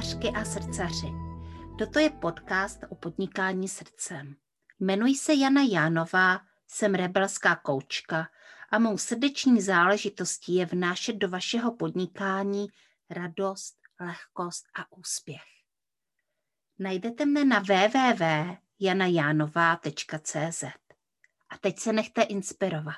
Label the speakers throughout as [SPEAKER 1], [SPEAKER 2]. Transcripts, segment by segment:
[SPEAKER 1] srdcařky a srdcaři. Toto je podcast o podnikání srdcem. Jmenuji se Jana Jánová, jsem rebelská koučka a mou srdeční záležitostí je vnášet do vašeho podnikání radost, lehkost a úspěch. Najdete mne na www.janajanova.cz. A teď se nechte inspirovat.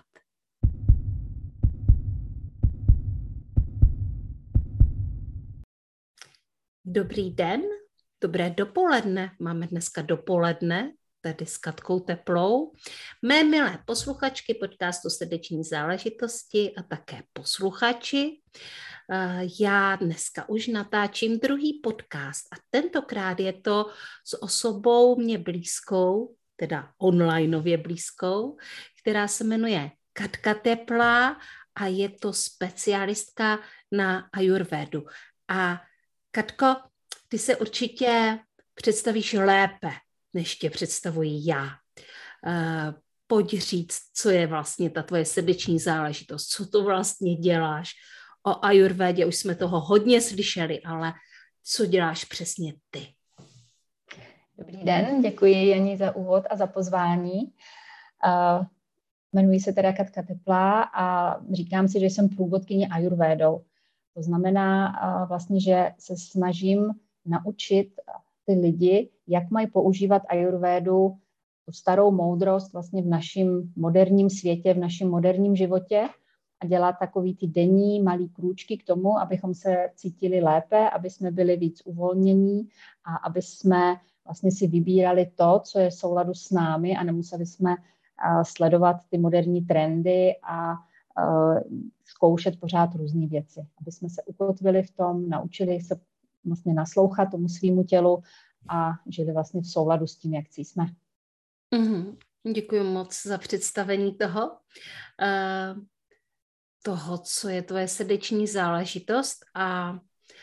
[SPEAKER 1] Dobrý den, dobré dopoledne. Máme dneska dopoledne, tady s Katkou Teplou. Mé milé posluchačky podcastu Srdeční záležitosti a také posluchači. Já dneska už natáčím druhý podcast a tentokrát je to s osobou mě blízkou, teda onlineově blízkou, která se jmenuje Katka Teplá a je to specialistka na ajurvédu. A Katko, ty se určitě představíš lépe, než tě představuji já. Pojď říct, co je vlastně ta tvoje srdeční záležitost, co to vlastně děláš. O ajurvédě už jsme toho hodně slyšeli, ale co děláš přesně ty?
[SPEAKER 2] Dobrý den, děkuji Janí za úvod a za pozvání. Jmenuji se teda Katka Teplá a říkám si, že jsem průvodkyně ajurvédou. To znamená vlastně, že se snažím naučit ty lidi, jak mají používat ajurvédu, tu starou moudrost vlastně v našem moderním světě, v našem moderním životě a dělat takový ty denní malý krůčky k tomu, abychom se cítili lépe, aby jsme byli víc uvolnění a aby jsme vlastně si vybírali to, co je v souladu s námi a nemuseli jsme sledovat ty moderní trendy a zkoušet pořád různé věci, aby jsme se ukotvili v tom, naučili se vlastně naslouchat tomu svýmu tělu a žili vlastně v souladu s tím, jak jsme.
[SPEAKER 1] Děkuji moc za představení toho, co je tvoje srdeční záležitost a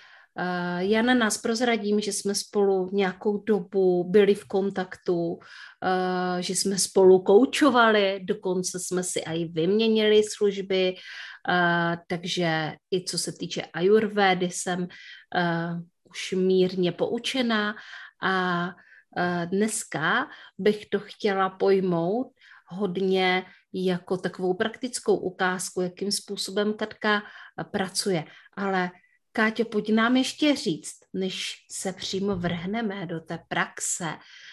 [SPEAKER 1] já na nás prozradím, že jsme spolu nějakou dobu byli v kontaktu, že jsme spolu koučovali, dokonce jsme si i vyměnili služby, takže i co se týče ajurvédy jsem už mírně poučená a dneska bych to chtěla pojmout hodně jako takovou praktickou ukázku, jakým způsobem Katka pracuje, ale Káťo, pojď nám ještě říct, než se přímo vrhneme do té praxe,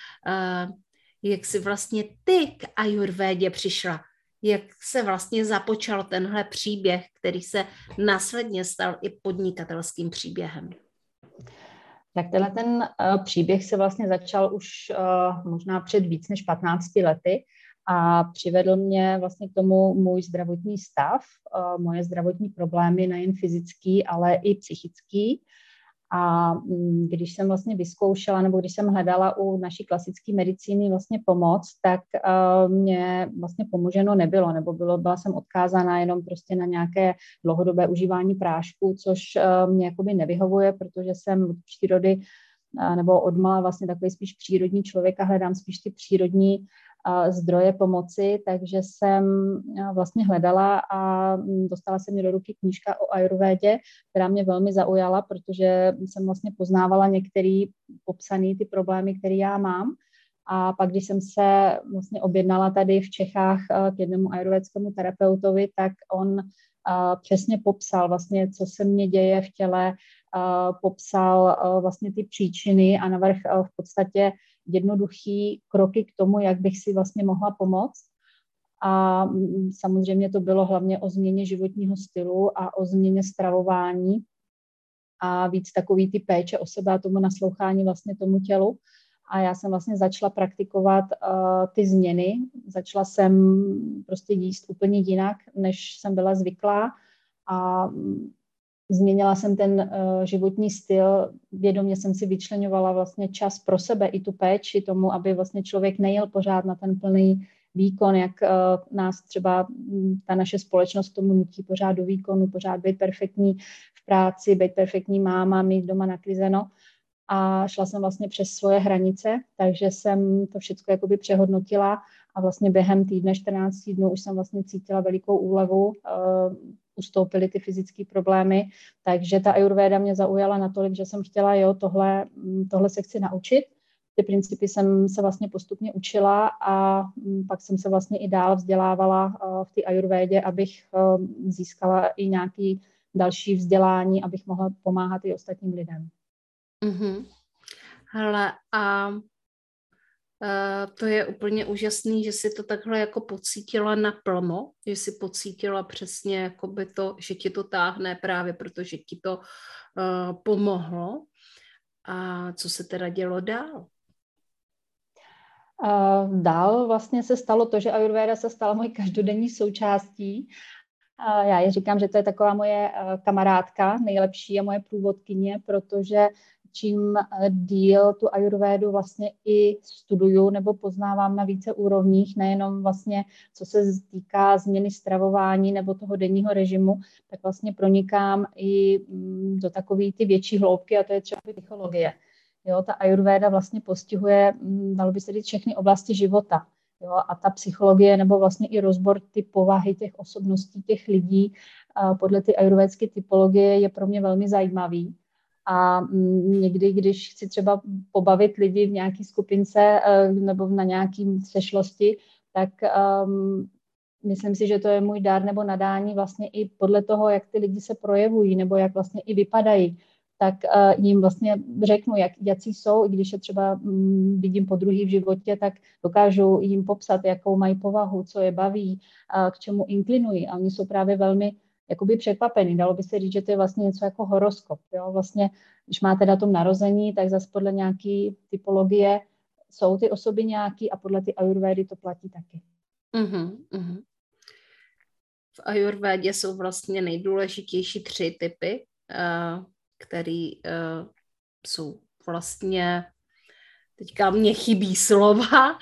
[SPEAKER 1] jak jsi vlastně ty k ajurvédě přišla, jak se vlastně započal tenhle příběh, který se následně stal i podnikatelským příběhem.
[SPEAKER 2] Tak ten příběh se vlastně začal už možná před víc než 15 lety a přivedl mě vlastně k tomu můj zdravotní stav, moje zdravotní problémy, nejen fyzický, ale i psychický. A když jsem vlastně vyzkoušela, nebo když jsem hledala u naší klasické medicíny vlastně pomoc, tak mě vlastně pomoženo nebylo, nebo byla jsem odkázána jenom prostě na nějaké dlouhodobé užívání prášků, což mě jakoby nevyhovuje, protože jsem od přírody nebo odmala vlastně takový spíš přírodní člověk a hledám spíš ty přírodní zdroje pomoci, takže jsem vlastně hledala a dostala se mi do ruky knížka o ajurvédě, která mě velmi zaujala, protože jsem vlastně poznávala některé popsané ty problémy, které já mám. A pak, když jsem se vlastně objednala tady v Čechách k jednomu ajurvédskému terapeutovi, tak on přesně popsal vlastně, co se mně děje v těle, popsal vlastně ty příčiny a navrch v podstatě jednoduchý kroky k tomu, jak bych si vlastně mohla pomoct. A samozřejmě to bylo hlavně o změně životního stylu a o změně stravování a víc takový ty péče o sebe a tomu naslouchání vlastně tomu tělu. A já jsem vlastně začala praktikovat ty změny. Začala jsem prostě jíst úplně jinak, než jsem byla zvyklá a změnila jsem ten životní styl, vědomě jsem si vyčleňovala vlastně čas pro sebe i tu péči tomu, aby vlastně člověk nejel pořád na ten plný výkon, jak nás třeba ta naše společnost tomu nutí pořád do výkonu, pořád být perfektní v práci, být perfektní máma, mít doma naklizeno. A šla jsem vlastně přes svoje hranice, takže jsem to všechno jakoby přehodnotila a vlastně během týdne, 14 dnů už jsem vlastně cítila velikou úlevu, ustoupily ty fyzické problémy, takže ta ajurvéda mě zaujala natolik, že jsem chtěla, tohle se chci naučit. Ty principy jsem se vlastně postupně učila a pak jsem se vlastně i dál vzdělávala v té ajurvédě, abych získala i nějaký další vzdělání, abych mohla pomáhat i ostatním lidem.
[SPEAKER 1] Mm-hmm. Hele, a to je úplně úžasný, že jsi to takhle jako pocítila naplno, že jsi pocítila přesně jakoby to, že ti to táhne právě protože ti to pomohlo. A co se teda dělo dál?
[SPEAKER 2] Dál vlastně se stalo to, že ajurvéda se stala mojí každodenní součástí. Já ji říkám, že to je taková moje kamarádka, nejlepší a moje průvodkyně, protože čím díl tu ajurvédu vlastně i studuju nebo poznávám na více úrovních, nejenom vlastně, co se týká změny stravování nebo toho denního režimu, tak vlastně pronikám i do takové ty větší hloubky, a to je třeba psychologie. Jo, ta ajurvéda vlastně postihuje, dalo by se říct, všechny oblasti života. Jo, a ta psychologie nebo vlastně i rozbor ty povahy těch osobností těch lidí podle ty ajurvédské typologie je pro mě velmi zajímavý. A někdy, když chci třeba pobavit lidi v nějaké skupince nebo na nějaké sešlosti, tak myslím si, že to je můj dar nebo nadání vlastně i podle toho, jak ty lidi se projevují nebo jak vlastně i vypadají, tak jim vlastně řeknu, jací jsou, i když je třeba vidím podruhý v životě, tak dokážu jim popsat, jakou mají povahu, co je baví, k čemu inklinují. A oni jsou právě velmi jakoby překvapení. Dalo by se říct, že to je vlastně něco jako horoskop. Jo? Vlastně, když máte datum narození, tak zase podle nějaké typologie jsou ty osoby nějaký a podle ty ajurvédy to platí taky.
[SPEAKER 1] Mm-hmm. V ajurvédě jsou vlastně nejdůležitější 3 typy, který jsou vlastně, teďka mě chybí slova,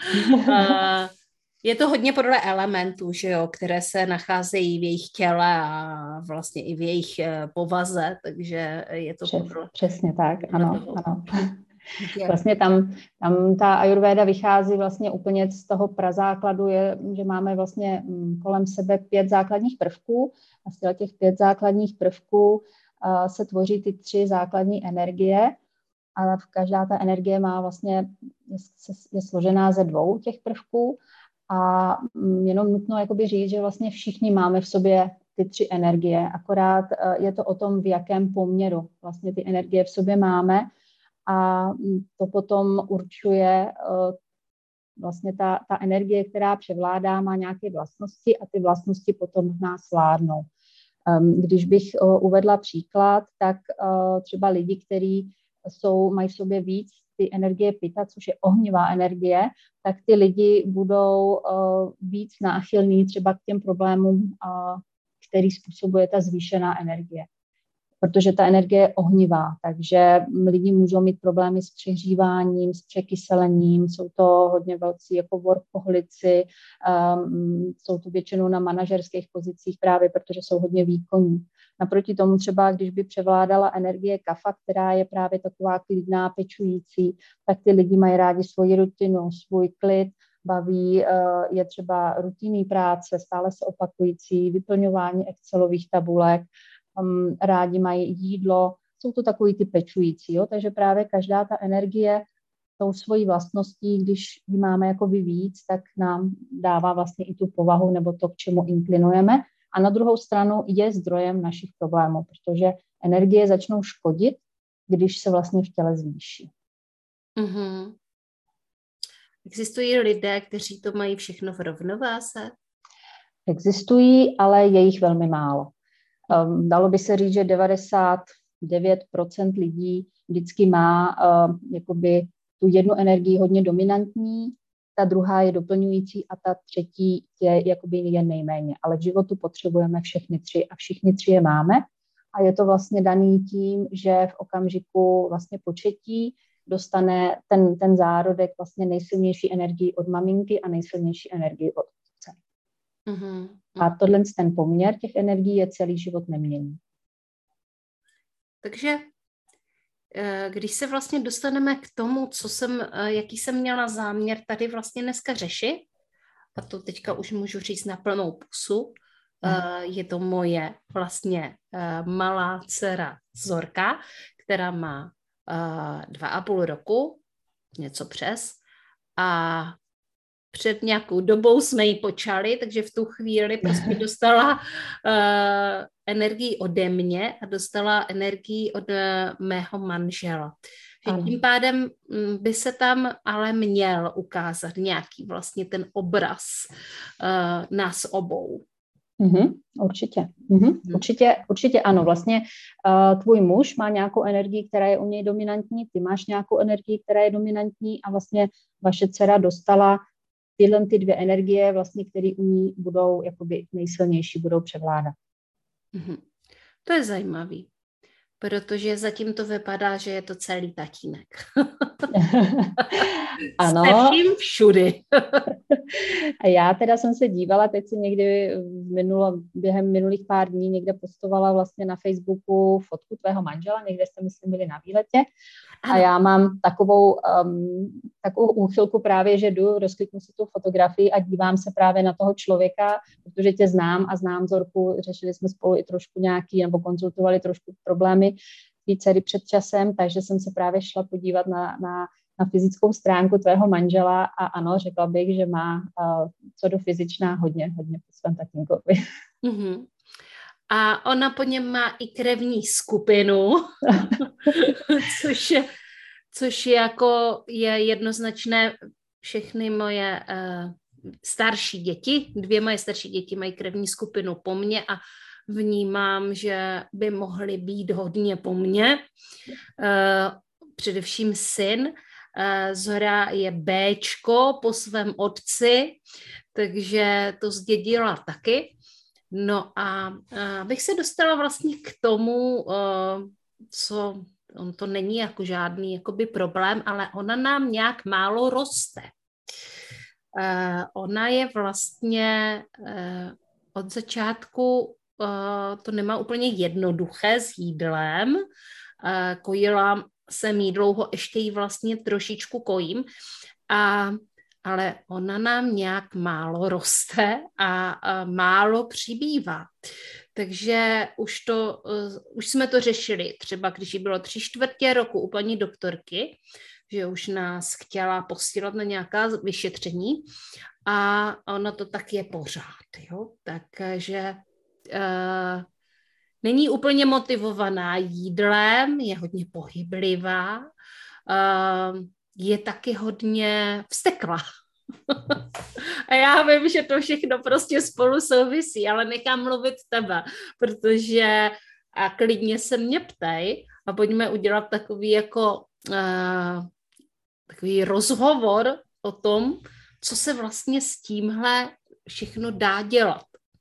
[SPEAKER 1] je to hodně podle elementů, že jo, které se nacházejí v jejich těle a vlastně i v jejich povaze, takže je to podle...
[SPEAKER 2] Přesně tak, ano. Vlastně tam ta ajurvéda vychází vlastně úplně z toho prazákladu, že máme vlastně kolem sebe 5 základních prvků a z těch 5 základních prvků se tvoří ty 3 základní energie a každá ta energie má vlastně, je složená ze 2 těch prvků a jenom nutno jakoby říct, že vlastně všichni máme v sobě ty 3 energie, akorát je to o tom, v jakém poměru vlastně ty energie v sobě máme a to potom určuje vlastně ta energie, která převládá, má nějaké vlastnosti a ty vlastnosti potom v nás vládnou. Když bych uvedla příklad, tak třeba lidi, kteří mají v sobě víc ty energie pita, což je ohnivá energie, tak ty lidi budou víc náchylní třeba k těm problémům, který způsobuje ta zvýšená energie. Protože ta energie je ohnivá, takže lidi můžou mít problémy s přehříváním, s překyselením, jsou to hodně velcí jako workoholici, jsou to většinou na manažerských pozicích právě, protože jsou hodně výkonní. Naproti tomu třeba, když by převládala energie kafa, která je právě taková klidná, pečující, tak ty lidi mají rádi svoji rutinu, svůj klid, baví je třeba rutinní práce, stále se opakující, vyplňování excelových tabulek, rádi mají jídlo, jsou to takový ty pečující, jo? Takže právě každá ta energie tou svojí vlastností, když ji máme jako víc, tak nám dává vlastně i tu povahu nebo to, k čemu inklinujeme. A na druhou stranu je zdrojem našich problémů, protože energie začnou škodit, když se vlastně v těle zvýší.
[SPEAKER 1] Mm-hmm. Existují lidé, kteří to mají všechno v rovnováze?
[SPEAKER 2] Existují, ale je jich velmi málo. Dalo by se říct, že 99% lidí vždycky má jakoby tu jednu energii hodně dominantní, ta druhá je doplňující a ta třetí je jakoby jen nejméně. Ale v životu potřebujeme všechny 3 a všichni 3 je máme. A je to vlastně daný tím, že v okamžiku vlastně početí dostane ten zárodek vlastně nejsilnější energii od maminky a nejsilnější energii od otce. Mm-hmm. A tohle ten poměr těch energií je celý život neměnný.
[SPEAKER 1] Takže když se vlastně dostaneme k tomu, jaký jsem měla záměr tady vlastně dneska řešit, a to teďka už můžu říct na plnou pusu, Je to moje vlastně malá dcera Zorka, která má 2,5 roku, něco přes. A před nějakou dobou jsme ji počali, takže v tu chvíli prostě dostala energii ode mě a dostala energii od mého manžela. Že tím pádem by se tam ale měl ukázat nějaký vlastně ten obraz nás obou.
[SPEAKER 2] Určitě. Určitě ano. Vlastně tvůj muž má nějakou energii, která je u něj dominantní, ty máš nějakou energii, která je dominantní a vlastně vaše dcera dostala tyhle ty 2 energie, vlastně, které u ní budou jakoby nejsilnější, budou převládat.
[SPEAKER 1] To je zajímavý, protože zatím to vypadá, že je to celý tatínek.
[SPEAKER 2] Ano.
[SPEAKER 1] Se vším všudy.
[SPEAKER 2] A já teda jsem se dívala, teď si někdy během minulých pár dní někde postovala vlastně na Facebooku fotku tvého manžela, někde jste, myslím, byli na výletě. Ano. A já mám takovou úchylku právě, že rozkliknu si tu fotografii a dívám se právě na toho člověka, protože tě znám a znám Zorku, řešili jsme spolu i trošku nějaký, nebo konzultovali trošku problémy tvý dcery před časem, takže jsem se právě šla podívat na fyzickou stránku tvého manžela a ano, řekla bych, že má co do fyzičná hodně po svém tatínkovi.
[SPEAKER 1] A ona po něm má i krevní skupinu, což jako je jednoznačné. Všechny moje starší děti, 2 moje starší děti mají krevní skupinu po mně a vnímám, že by mohly být hodně po mně. Především syn. Zora je Béčko po svém otci, takže to zdědila taky. No a bych se dostala vlastně k tomu, co on to není jako žádný jakoby problém, ale ona nám nějak málo roste. Ona je vlastně od začátku, to nemá úplně jednoduché s jídlem. Kojila jsem jí dlouho, ještě jí vlastně trošičku kojím, ale ona nám nějak málo roste a málo přibývá. Takže už jsme to řešili, třeba když jí bylo 3/4 roku u paní doktorky, že už nás chtěla posílat na nějaká vyšetření a ono to tak je pořád. Jo? Takže není úplně motivovaná jídlem, je hodně pohyblivá, je taky hodně vzteklá. A já vím, že to všechno prostě spolu souvisí, ale nechám mluvit tebe, protože a klidně se mě ptej a pojďme udělat takový jako takový rozhovor o tom, co se vlastně s tímhle všechno dá dělat.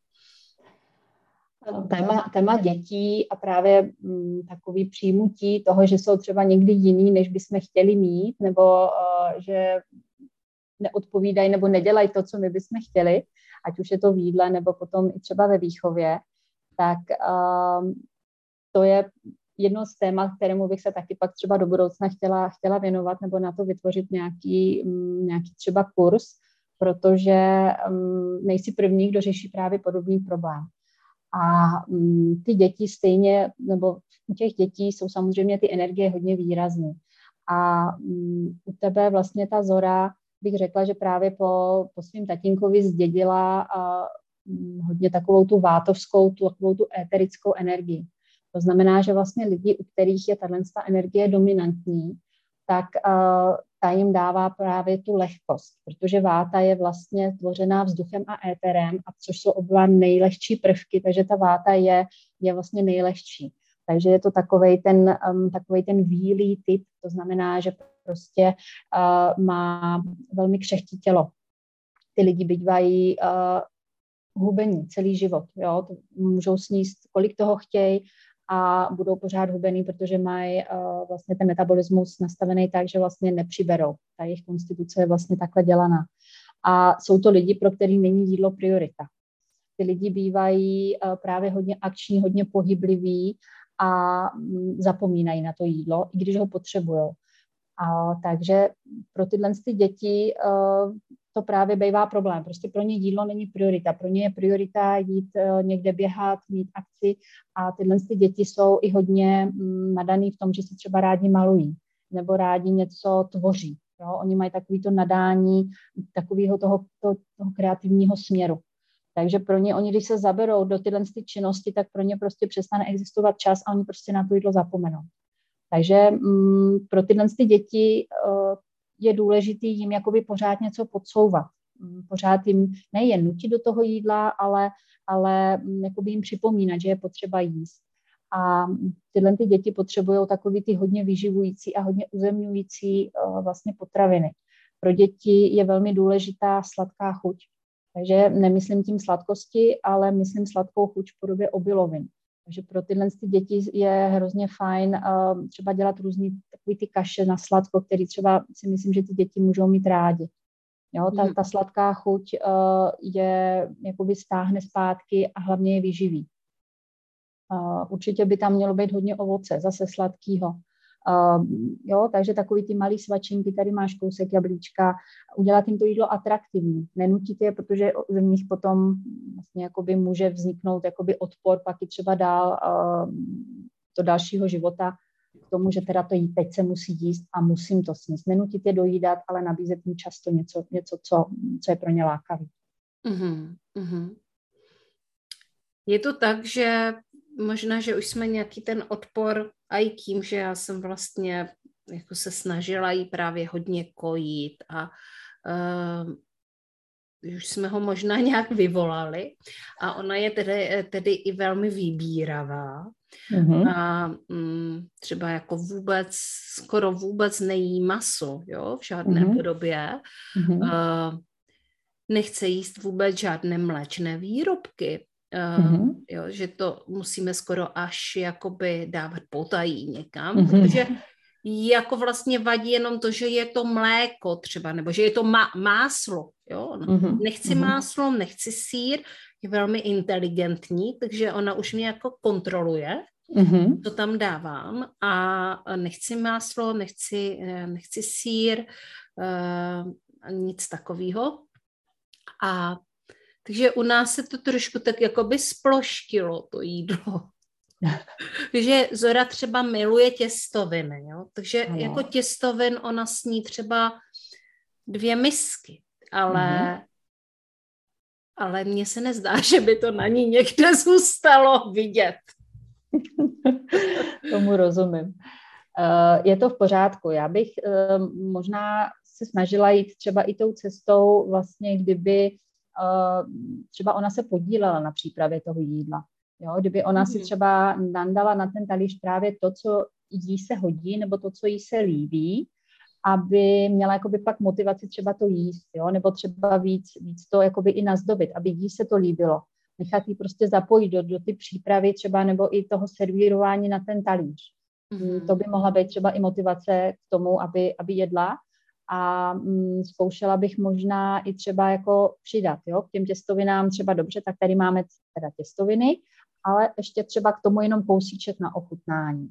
[SPEAKER 2] Téma dětí a právě takový přijmutí toho, že jsou třeba někdy jiný, než bychom chtěli mít, nebo že neodpovídají nebo nedělají to, co my bychom chtěli, ať už je to v jídle nebo potom i třeba ve výchově, tak to je jedno z témat, kterému bych se taky pak třeba do budoucna chtěla věnovat nebo na to vytvořit nějaký třeba kurz, protože nejsi první, kdo řeší právě podobný problém. A ty děti stejně, nebo u těch dětí jsou samozřejmě ty energie hodně výrazné. A u tebe vlastně ta Zora, bych řekla, že právě po svým tatínkovi zdědila hodně takovou tu vátovskou, takovou tu éterickou energii. To znamená, že vlastně lidi, u kterých je tato energie dominantní, tak ta jim dává právě tu lehkost, protože váta je vlastně tvořená vzduchem a éterem, a což jsou oba nejlehčí prvky, takže ta váta je vlastně nejlehčí. Takže je to takovej ten vílý typ, to znamená, že prostě má velmi křehké tělo. Ty lidi bývají hubení celý život, jo? Můžou sníst, kolik toho chtějí, a budou pořád hubený, protože mají vlastně ten metabolismus nastavený tak, že vlastně nepřiberou. Ta jejich konstituce je vlastně takhle dělaná. A jsou to lidi, pro který není jídlo priorita. Ty lidi bývají právě hodně akční, hodně pohybliví a zapomínají na to jídlo, i když ho potřebujou. Takže pro tyhle děti to právě bývá problém. Prostě pro ně jídlo není priorita. Pro ně je priorita jít někde běhat, mít akci a tyhle děti jsou i hodně nadaný v tom, že si třeba rádi malují nebo rádi něco tvoří. Jo? Oni mají takovýto nadání takového toho kreativního směru. Takže pro ně, oni když se zaberou do tyhle činnosti, tak pro ně prostě přestane existovat čas a oni prostě na to jídlo zapomenou. Takže pro tyhle děti je důležité jim jakoby pořád něco podsouvat. Pořád jim nejen nutit do toho jídla, ale jakoby jim připomínat, že je potřeba jíst. A tyhle děti potřebují takový ty hodně vyživující a hodně uzemňující vlastně potraviny. Pro děti je velmi důležitá sladká chuť. Takže nemyslím tím sladkosti, ale myslím sladkou chuť v podobě obilovin. Takže pro tyhle děti je hrozně fajn třeba dělat různý takový ty kaše na sladko, který třeba si myslím, že ty děti můžou mít rádi. Jo, ta sladká chuť je jakoby stáhne zpátky a hlavně je vyživí. Určitě by tam mělo být hodně ovoce, zase sladkýho. Jo, takže takový ty malý svačinky, tady máš kousek jablíčka, udělat jim to jídlo atraktivní, nenutit je, protože z nich potom vlastně jakoby může vzniknout jakoby odpor pak i třeba dál do dalšího života k tomu, že teda to teď se musí jíst a musím to sníst. Nenutit je dojídat, ale nabízet jim často něco co je pro ně lákavý.
[SPEAKER 1] Mm-hmm. Je to tak, že možná, že už jsme nějaký ten odpor a i tím, že já jsem vlastně jako se snažila jí právě hodně kojit a už jsme ho možná nějak vyvolali a ona je tedy i velmi vybíravá. Mm-hmm. A třeba jako skoro vůbec nejí maso, jo, v žádné podobě. Mm-hmm. Nechce jíst vůbec žádné mléčné výrobky. Jo, že to musíme skoro až jakoby dávat potají někam, protože jako vlastně vadí jenom to, že je to mléko třeba, nebo že je to máslo. Jo? Nechci máslo, nechci sýr, je velmi inteligentní, takže ona už mě jako kontroluje, to tam dávám a nechci máslo, nechci sýr, nic takového. A takže u nás se to trošku tak jakoby sploštilo, to jídlo. Takže Zora třeba miluje těstoviny, jo? Takže jako těstovin ona sní třeba 2 misky, ale mně se nezdá, že by to na ní někde zůstalo vidět.
[SPEAKER 2] Tomu rozumím. Je to v pořádku. Já bych možná se snažila jít třeba i tou cestou, vlastně kdyby třeba ona se podílela na přípravě toho jídla. Jo? Kdyby ona si třeba nandala na ten talíř právě to, co jí se hodí, nebo to, co jí se líbí, aby měla jakoby pak motivaci třeba to jíst, jo? Nebo třeba víc to jakoby i nazdobit, aby jí se to líbilo. Nechat jí prostě zapojit do ty přípravy třeba, nebo i toho servírování na ten talíř. To by mohla být třeba i motivace k tomu, aby jedla. A zkoušela bych možná i třeba jako přidat, jo, k těm těstovinám třeba dobře, tak tady máme teda těstoviny, ale ještě třeba k tomu jenom kousíček na ochutnání.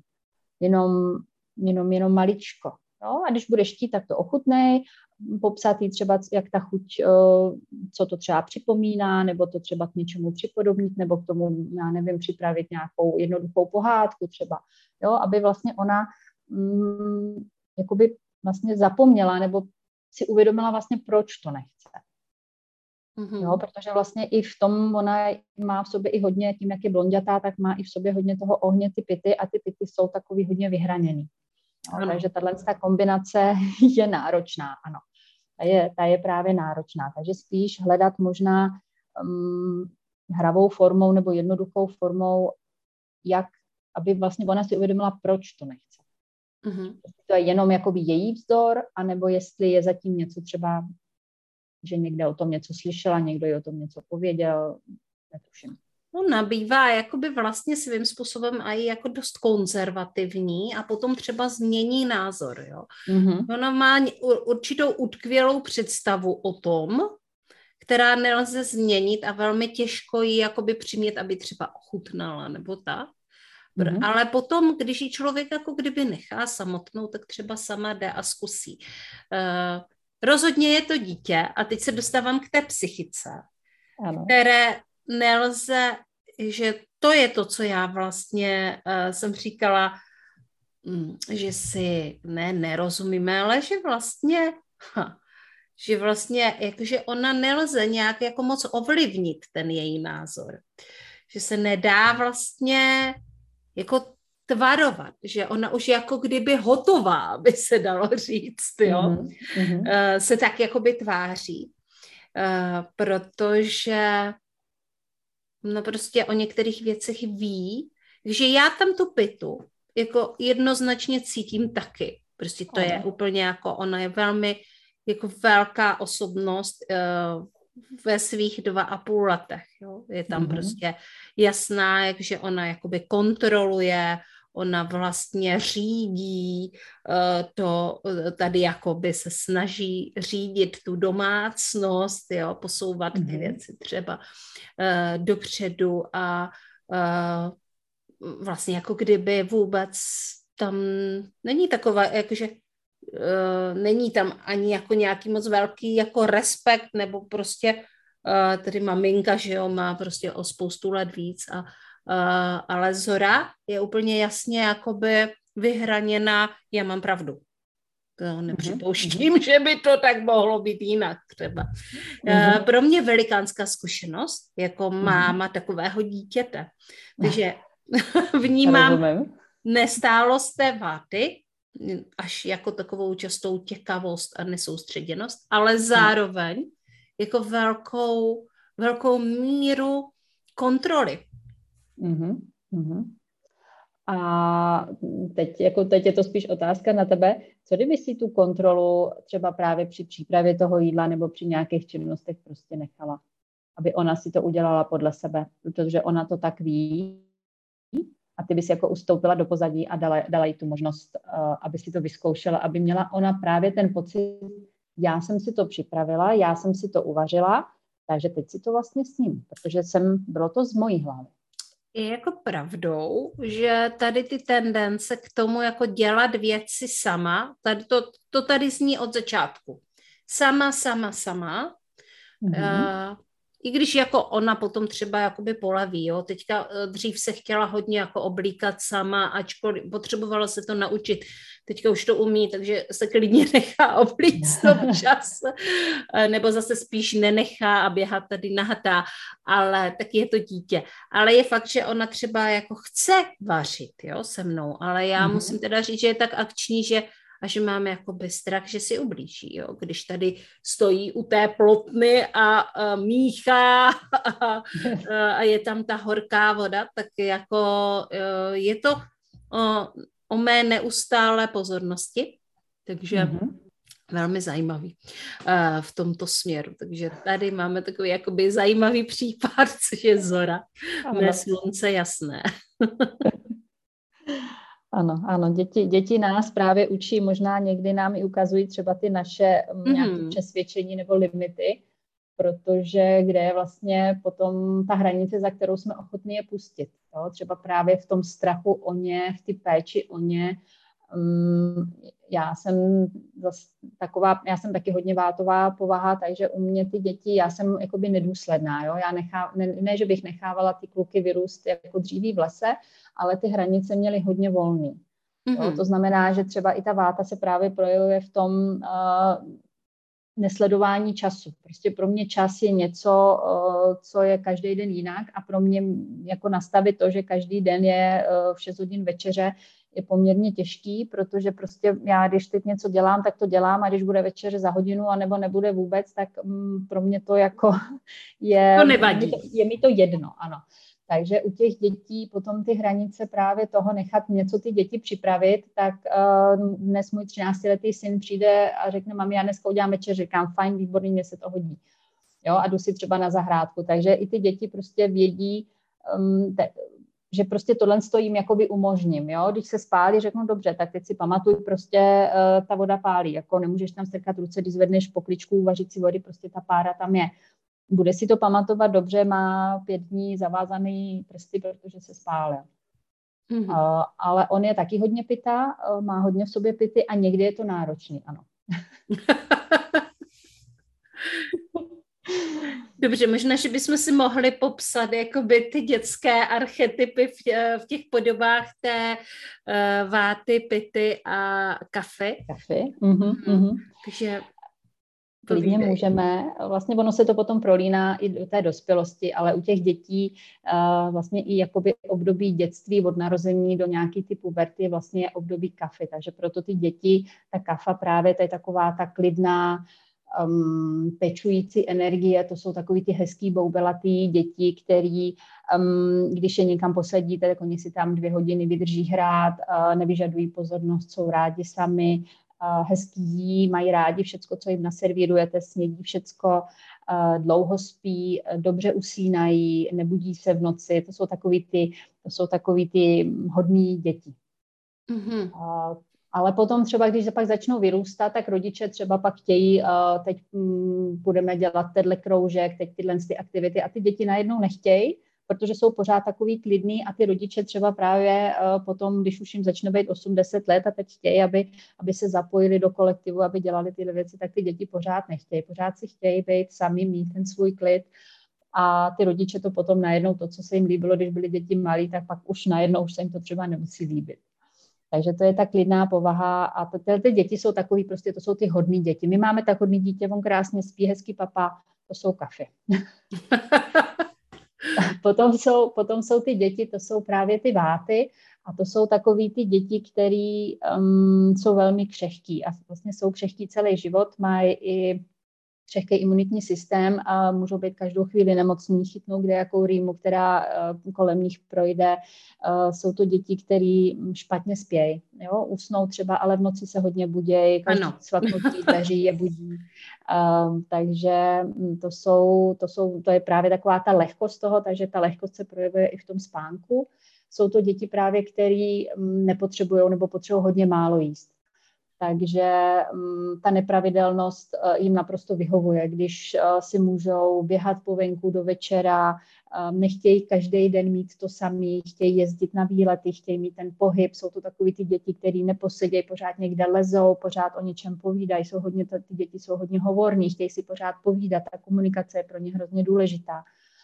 [SPEAKER 2] Jenom maličko. Jo? A když budeš chtít, tak to ochutnej, popsat jí třeba, jak ta chuť, co to třeba připomíná, nebo to třeba k něčemu připodobnit, nebo k tomu, já nevím, připravit nějakou jednoduchou pohádku třeba, jo? Aby vlastně ona jakoby vlastně zapomněla nebo si uvědomila vlastně, proč to nechce. Jo, protože vlastně i v tom ona má v sobě i hodně, tím, jak je blonďatá, tak má i v sobě hodně toho ohně ty pity a ty pity jsou takový hodně vyhraněný. Jo, takže tato kombinace je náročná, ano. Ta je právě náročná. Takže spíš hledat možná hravou formou nebo jednoduchou formou, jak, aby vlastně ona si uvědomila, proč to nechce. Jestli to je jenom jakoby její vzdor, anebo jestli je zatím něco třeba, že někde o tom něco slyšela, někdo jí o tom něco pověděl, netuším.
[SPEAKER 1] No, nabývá jakoby vlastně svým způsobem i jako dost konzervativní a potom třeba změní názor, jo. Ona má určitou utkvělou představu o tom, která nelze změnit a velmi těžko ji jakoby přimět, aby třeba ochutnala nebo tak. Ale potom, když ji člověk jako kdyby nechá samotnou, tak třeba sama jde a zkusí. rozhodně je to dítě a teď se dostávám k té psychice,
[SPEAKER 2] Ano.
[SPEAKER 1] které nelze, že to je to, co já vlastně jsem říkala, že si nerozumíme, ale že vlastně jakože ona nelze nějak jako moc ovlivnit ten její názor. Že se nedá vlastně jako tvarovat, že ona už jako kdyby hotová, by se dalo říct, jo, se tak jakoby tváří. Protože no prostě o některých věcech ví, že já tam tu Pitu jako jednoznačně cítím taky. Prostě to je úplně jako, ona je velmi jako velká osobnost ve svých 2,5 letech. Jo. Je tam prostě jasná, že ona jakoby kontroluje, ona vlastně řídí to, tady jakoby se snaží řídit tu domácnost, jo, posouvat ty věci třeba dopředu a vlastně jako kdyby vůbec tam není taková, jakože není tam ani jako nějaký moc velký jako respekt, nebo prostě tady maminka, že jo, má prostě o spoustu let víc, ale Zora je úplně jasně jakoby vyhraněna, já mám pravdu. To nepřipouštím, že by to tak mohlo být jinak třeba. Pro mě velikánská zkušenost jako máma takového dítěte. Takže vnímám nestálost té váty, až jako takovou častou těkavost a nesoustředěnost, ale zároveň jako velkou míru kontroly.
[SPEAKER 2] A teď je to spíš otázka na tebe. Co kdyby si tu kontrolu třeba právě při přípravě toho jídla nebo při nějakých činnostech prostě nechala? Aby ona si to udělala podle sebe, protože ona to tak ví a ty bys jako ustoupila do pozadí a dala jí tu možnost, aby si to vyzkoušela, aby měla ona právě ten pocit, já jsem si to připravila, já jsem si to uvařila, takže teď si to vlastně sním, protože bylo to z mojí hlavy.
[SPEAKER 1] Je jako pravdou, že tady ty tendence k tomu jako dělat věci sama, tady to tady zní od začátku. Sama. I když jako ona potom třeba jakoby poleví, jo. Teďka dřív se chtěla hodně jako oblíkat sama, ačkoliv potřebovala se to naučit. Teďka už to umí, takže se klidně nechá oblíct občas, nebo zase spíš nenechá a běhá tady nahatá, ale taky je to dítě. Ale je fakt, že ona třeba jako chce vařit, jo, se mnou, ale já musím teda říct, že je tak akční, že máme jakoby strach, že si ublíží, jo? Když tady stojí u té plotny a míchá a je tam ta horká voda, tak jako je to o mé neustálé pozornosti, takže velmi zajímavý v tomto směru. Takže tady máme takový jakoby zajímavý případ, což je Zora, mé slunce jasné.
[SPEAKER 2] Ano, děti nás právě učí, možná někdy nám i ukazují třeba ty naše nějaké přesvědčení nebo limity, protože kde je vlastně potom ta hranice, za kterou jsme ochotní je pustit. Jo? Třeba právě v tom strachu o ně, v té péči o ně. Já jsem taky hodně vátová povaha, takže u mě ty děti, já jsem jakoby nedůsledná. Jo? Ne, že bych nechávala ty kluky vyrůst jako dříví v lese, ale ty hranice měly hodně volný. Jo? To znamená, že třeba i ta váta se právě projevuje v tom nesledování času. Prostě pro mě čas je něco, co je každý den jinak a pro mě jako nastavit to, že každý den je v 6 hodin večeře, je poměrně těžký, protože prostě já, když teď něco dělám, tak to dělám a když bude večeře za hodinu anebo nebude vůbec, tak pro mě to jako je...
[SPEAKER 1] To nevadí.
[SPEAKER 2] Je mi to jedno, ano. Takže u těch dětí potom ty hranice právě toho nechat něco ty děti připravit, tak dnes můj 13letý syn přijde a řekne, mami, já dneska udělám večer, říkám, fajn, výborný, mě se to hodí. Jo, a jdu si třeba na zahrádku. Takže i ty děti prostě vědí, že prostě tohle jim jakoby umožním, jo. Když se spálí, řeknu, dobře, tak teď si pamatuj, prostě ta voda pálí, jako nemůžeš tam strkat ruce, když zvedneš pokličku vařící vody, prostě ta pára tam je. Bude si to pamatovat dobře, má 5 dní zavázaný prsty, protože se spálil. Ale on je taky hodně pita, má hodně v sobě pity a někdy je to náročný, ano.
[SPEAKER 1] Dobře, možná, že bychom si mohli popsat jakoby ty dětské archetypy v těch podobách té váty, pity a kafy.
[SPEAKER 2] Kafy.
[SPEAKER 1] Takže
[SPEAKER 2] klidně
[SPEAKER 1] povídej.
[SPEAKER 2] můžeme. Vlastně ono se to potom prolíná i do té dospělosti, ale u těch dětí vlastně i jakoby období dětství od narození do nějaký typ puberty vlastně je období kafy. Takže proto ty děti, ta kafa právě, to je taková ta klidná, pečující energie, to jsou takový ty hezký boubelatý děti, který, když je někam posadíte, tak oni si tam 2 hodiny vydrží hrát, nevyžadují pozornost, jsou rádi sami, hezký jí, mají rádi všecko, co jim naservírujete, snědí všecko, dlouho spí, dobře usínají, nebudí se v noci, to jsou takový ty hodný děti.
[SPEAKER 1] Mm-hmm.
[SPEAKER 2] Ale potom třeba, když se pak začnou vyrůstat, tak rodiče třeba pak chtějí, teď budeme dělat tenhle kroužek, teď tyhle ty aktivity a ty děti najednou nechtějí, protože jsou pořád takový klidný a ty rodiče třeba právě potom, když už jim začne být 8-10 let a teď chtějí, aby se zapojili do kolektivu, aby dělali tyhle věci, tak ty děti pořád nechtějí. Pořád si chtějí být sami, mít ten svůj klid a ty rodiče to potom najednou, to, co se jim líbilo, když byly děti malí, tak pak už najednou už se jim to třeba nemusí líbit. Takže to je ta klidná povaha a ty děti jsou takový, prostě to jsou ty hodný děti. My máme tak hodný dítě, on krásně spí, hezký papa, to jsou kafy. Potom jsou ty děti, to jsou právě ty váty a to jsou takový ty děti, které jsou velmi křehký a vlastně jsou křehký celý život, mají i křehký imunitní systém a můžou být každou chvíli nemocní, chytnou kde jakou rýmu, která kolem nich projde. Jsou to děti, které špatně spějí. Usnou třeba, ale v noci se hodně budějí, každý svaknutí dveří je budí. Takže to je právě taková ta lehkost toho, takže ta lehkost se projevuje i v tom spánku. Jsou to děti právě, které nepotřebují nebo potřebují hodně málo jíst. Takže ta nepravidelnost jim naprosto vyhovuje, když si můžou běhat po venku do večera, nechtějí každý den mít to samý, chtějí jezdit na výlety, chtějí mít ten pohyb, jsou to takový ty děti, který neposedějí, pořád někde lezou, pořád o něčem povídají, ty děti jsou hodně hovorní, chtějí si pořád povídat, ta komunikace je pro ně hrozně důležitá.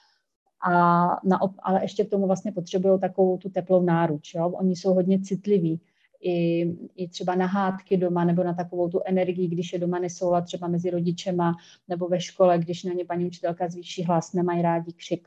[SPEAKER 2] Ale ještě k tomu vlastně potřebují takovou tu teplou náruč, jo? Oni jsou hodně citliví. I třeba na hádky doma nebo na takovou tu energii, když je doma nesoulad třeba mezi rodičema nebo ve škole, když na ně paní učitelka zvýší hlas, nemají rádi křik.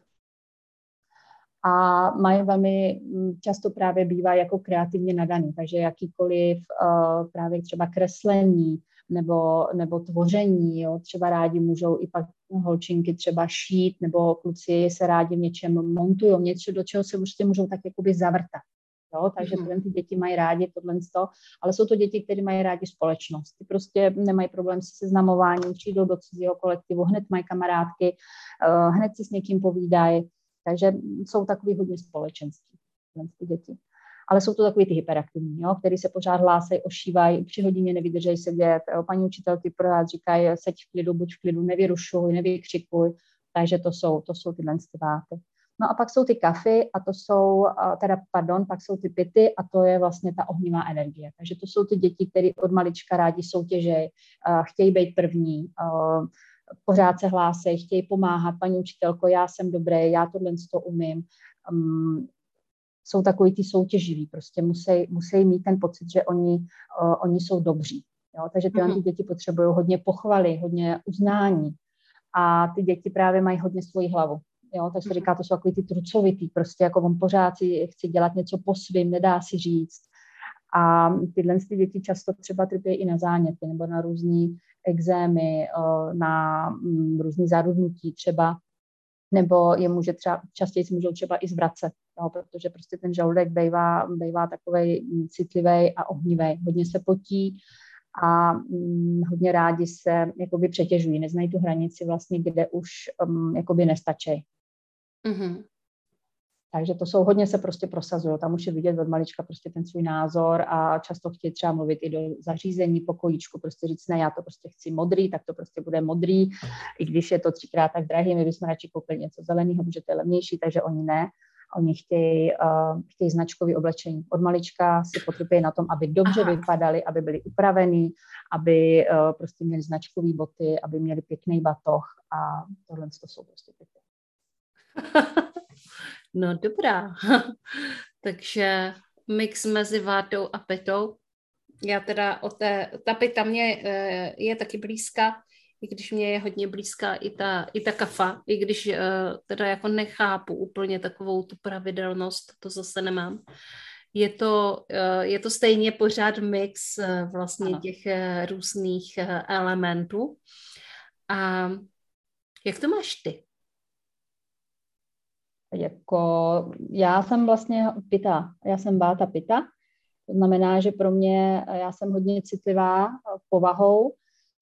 [SPEAKER 2] A mají velmi často právě bývá jako kreativně nadaný, takže jakýkoliv právě třeba kreslení nebo tvoření, jo, třeba rádi můžou i pak holčinky třeba šít nebo kluci se rádi v něčem montujou, něco, do čeho se prostě můžou tak jakoby zavrtat. Jo, takže ty děti mají rádi tohle, ale jsou to děti, které mají rádi společnost. Ty prostě nemají problém se seznamováním, přijdou do cizího kolektivu, hned mají kamarádky, hned si s někým povídají, takže jsou takový hodně společenství, ty děti. Ale jsou to takový ty hyperaktivní, jo, který se pořád hlásají, ošívají, při hodině nevydržejí sedět, jo, paní učitelky pořád říkají, seď v klidu, buď v klidu, nevyrušuj, nevykřikuj, takže to jsou tyhle váty. No a pak jsou ty kafy a pak jsou ty pity a to je vlastně ta ohnivá energie. Takže to jsou ty děti, které od malička rádi soutěžejí, chtějí být první, pořád se hlásejí, chtějí pomáhat, paní učitelko, já jsem dobrý, já tohle umím. Jsou takový ty soutěživí, prostě musí mít ten pocit, že oni jsou dobří. Jo? Takže ty děti potřebují hodně pochvaly, hodně uznání a ty děti právě mají hodně svoji hlavu. Jo, tak se říká, to jsou takový ty trucovitý, prostě jako on pořád si chce dělat něco po svým, nedá si říct. A tyhle děti často třeba trpí i na záněty nebo na různý ekzémy, na různý zarudnutí třeba, nebo častěji si můžou třeba i zvracet, jo, protože prostě ten žaludek bývá takovej citlivý a ohnivý, hodně se potí a hodně rádi se jakoby přetěžují, neznají tu hranici vlastně, kde už jakoby nestačí. Mm-hmm. Takže to jsou hodně se prostě prosazují, tam už je vidět od malička prostě ten svůj názor a často chtějí třeba mluvit i do zařízení, pokojíčku, prostě říct, ne, já to prostě chci modrý, tak to prostě bude modrý, i když je to 3krát tak drahý, my bychom radši koupili něco zeleného, protože to je levnější, takže oni ne. Oni chtějí značkové oblečení. Od malička si potrpějí na tom, aby dobře vypadali, aby byli upravený, aby prostě měli značkové boty, aby měli pěkný batoh a tohle to jsou prostě pěkné.
[SPEAKER 1] No dobrá. Takže mix mezi vátou a pitou. Já teda ta pita mě je taky blízká, i když mě je hodně blízká i ta kafa, i když teda jako nechápu úplně takovou tu pravidelnost, to zase nemám. Je to stejně pořád mix vlastně těch různých elementů. A jak to máš ty?
[SPEAKER 2] Já jsem vlastně pita, já jsem váta pita, to znamená, že pro mě, já jsem hodně citlivá povahou,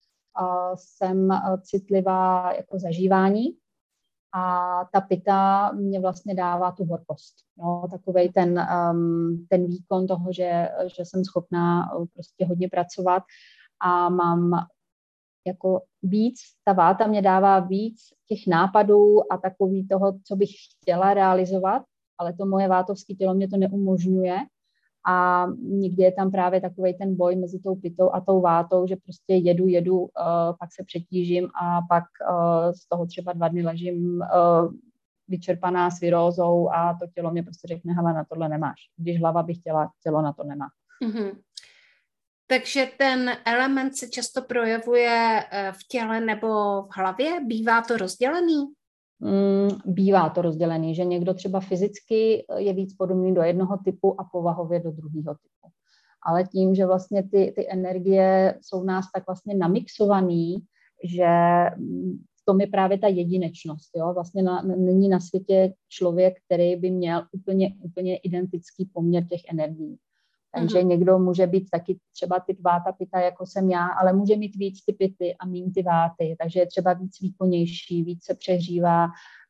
[SPEAKER 2] jsem citlivá jako zažívání a ta pita mě vlastně dává tu horkost. No, takovej ten výkon toho, že jsem schopná prostě hodně pracovat a mám jako víc, ta váta mě dává víc těch nápadů a takový toho, co bych chtěla realizovat, ale to moje vátovské tělo mě to neumožňuje a někdy je tam právě takovej ten boj mezi tou pitou a tou vátou, že prostě jedu, pak se přetížím a pak z toho třeba 2 dny ležím vyčerpaná s virózou a to tělo mě prostě řekne, hele, na tohle nemáš. Když hlava by chtěla, tělo na to nemá.
[SPEAKER 1] Mm-hmm. Takže ten element se často projevuje v těle nebo v hlavě? Bývá to rozdělený?
[SPEAKER 2] Bývá to rozdělený, že někdo třeba fyzicky je víc podobný do jednoho typu a povahově do druhého typu. Ale tím, že vlastně ty energie jsou v nás tak vlastně namixovaný, že v tom je právě ta jedinečnost. Jo? Vlastně není na světě člověk, který by měl úplně identický poměr těch energií. Takže někdo může být taky třeba typ váta pita, jako jsem já, ale může mít víc ty pity a míň ty váty, takže je třeba víc výkonnější, víc se přehřívá,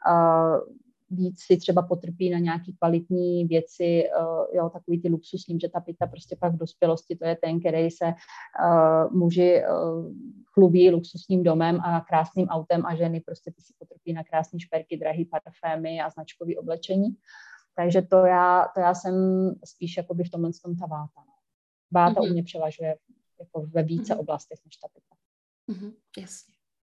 [SPEAKER 2] víc si třeba potrpí na nějaký kvalitní věci, jo, takový ty luxusní, že ta pita prostě pak v dospělosti, to je ten, který se muži chlubí luxusním domem a krásným autem a ženy prostě ty si potrpí na krásné šperky, drahý parfémy a značkové oblečení. Takže to já jsem spíš jakoby v tomhle tom ta váta. Váta u mě převažuje jako ve více oblastech než ta pita.
[SPEAKER 1] Jasně.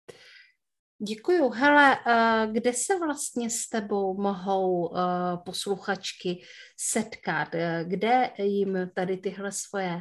[SPEAKER 1] Děkuju. Hele, kde se vlastně s tebou mohou posluchačky setkat? Kde jim tady tyhle svoje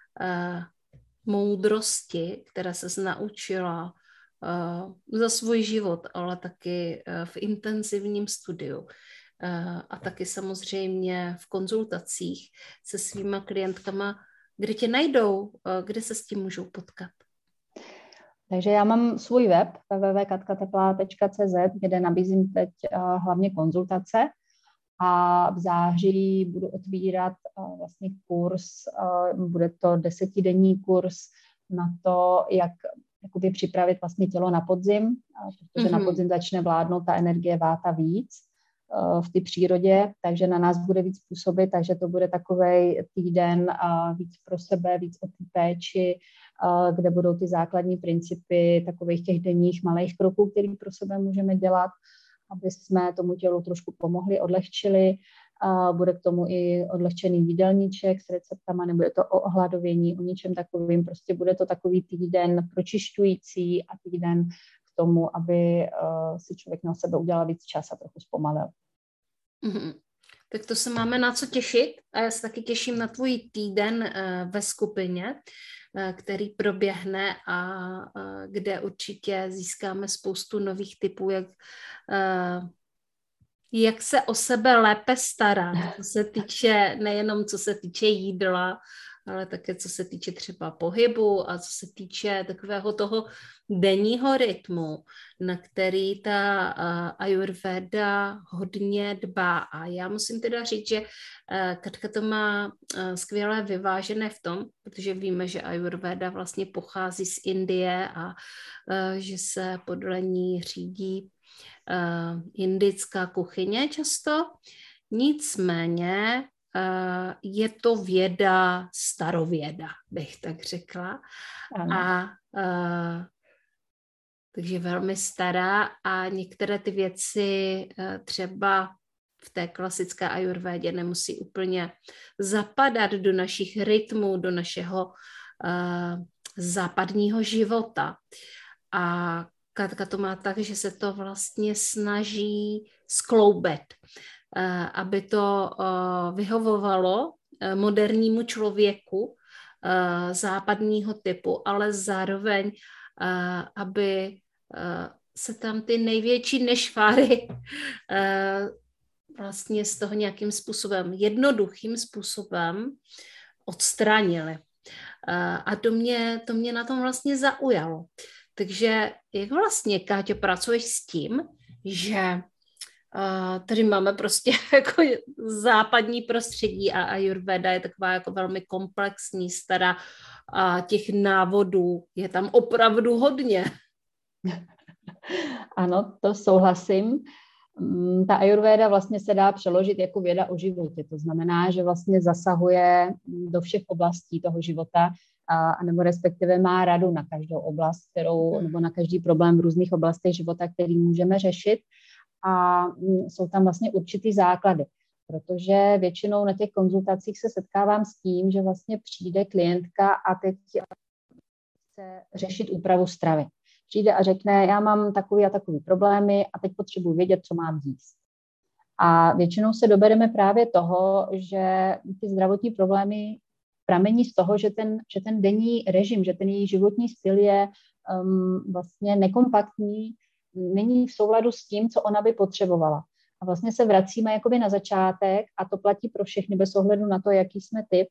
[SPEAKER 1] moudrosti, které ses naučila za svůj život, ale taky v intenzivním studiu, a taky samozřejmě v konzultacích se svýma klientkama, kde tě najdou, kde se s tím můžou potkat?
[SPEAKER 2] Takže já mám svůj web www.katkateplá.cz, kde nabízím teď hlavně konzultace a v září budu otvírat vlastně kurz, bude to 10denní kurz na to, jak jakoby připravit vlastně tělo na podzim, protože na podzim začne vládnout ta energie váta víc v té přírodě, takže na nás bude víc působit, takže to bude takovej týden víc pro sebe, víc o té péči, kde budou ty základní principy takových těch denních malých kroků, které pro sebe můžeme dělat, aby jsme tomu tělu trošku pomohli, odlehčili. Bude k tomu i odlehčený jídelníček s receptama, nebude to o ohladovění, o ničem takovým, prostě bude to takový týden pročišťující a týden k tomu, aby si člověk na sebe udělal víc čas a trochu zpomalil.
[SPEAKER 1] Tak to se máme na co těšit a já se taky těším na tvůj týden ve skupině, který proběhne a kde určitě získáme spoustu nových tipů, jak se o sebe lépe starat, co se týče, nejenom co se týče jídla, ale také co se týče třeba pohybu a co se týče takového toho denního rytmu, na který ta Ayurveda hodně dbá. A já musím teda říct, že Katka to má skvěle vyvážené v tom, protože víme, že Ayurveda vlastně pochází z Indie a že se podle ní řídí indická kuchyně často. Nicméně je to věda starověda, bych tak řekla. Takže velmi stará a některé ty věci třeba v té klasické ajurvédě nemusí úplně zapadat do našich rytmů, do našeho západního života. A Katka to má tak, že se to vlastně snaží skloubit, aby to vyhovovalo modernímu člověku západního typu, ale zároveň, aby se tam ty největší nešváry vlastně z toho nějakým způsobem, jednoduchým způsobem odstranili. A to mě na tom vlastně zaujalo. Takže jak vlastně, Káťo, pracuješ s tím, že tady máme prostě jako západní prostředí a ajurveda je taková jako velmi komplexní, stará a těch návodů je tam opravdu hodně.
[SPEAKER 2] Ano, to souhlasím. Ta ajurvéda vlastně se dá přeložit jako věda o životě. To znamená, že vlastně zasahuje do všech oblastí toho života, nebo respektive má radu na každou oblast, nebo na každý problém v různých oblastech života, který můžeme řešit. A jsou tam vlastně určitý základy, protože většinou na těch konzultacích se setkávám s tím, že vlastně přijde klientka a teď chce řešit úpravu stravy. Přijde a řekne, já mám takový a takový problémy a teď potřebuji vědět, co mám jíst. A většinou se dobereme právě toho, že ty zdravotní problémy pramení z toho, že ten denní režim, že ten její životní styl je vlastně nekompaktní, není v souladu s tím, co ona by potřebovala. A vlastně se vracíme jakoby na začátek a to platí pro všechny bez ohledu na to, jaký jsme typ.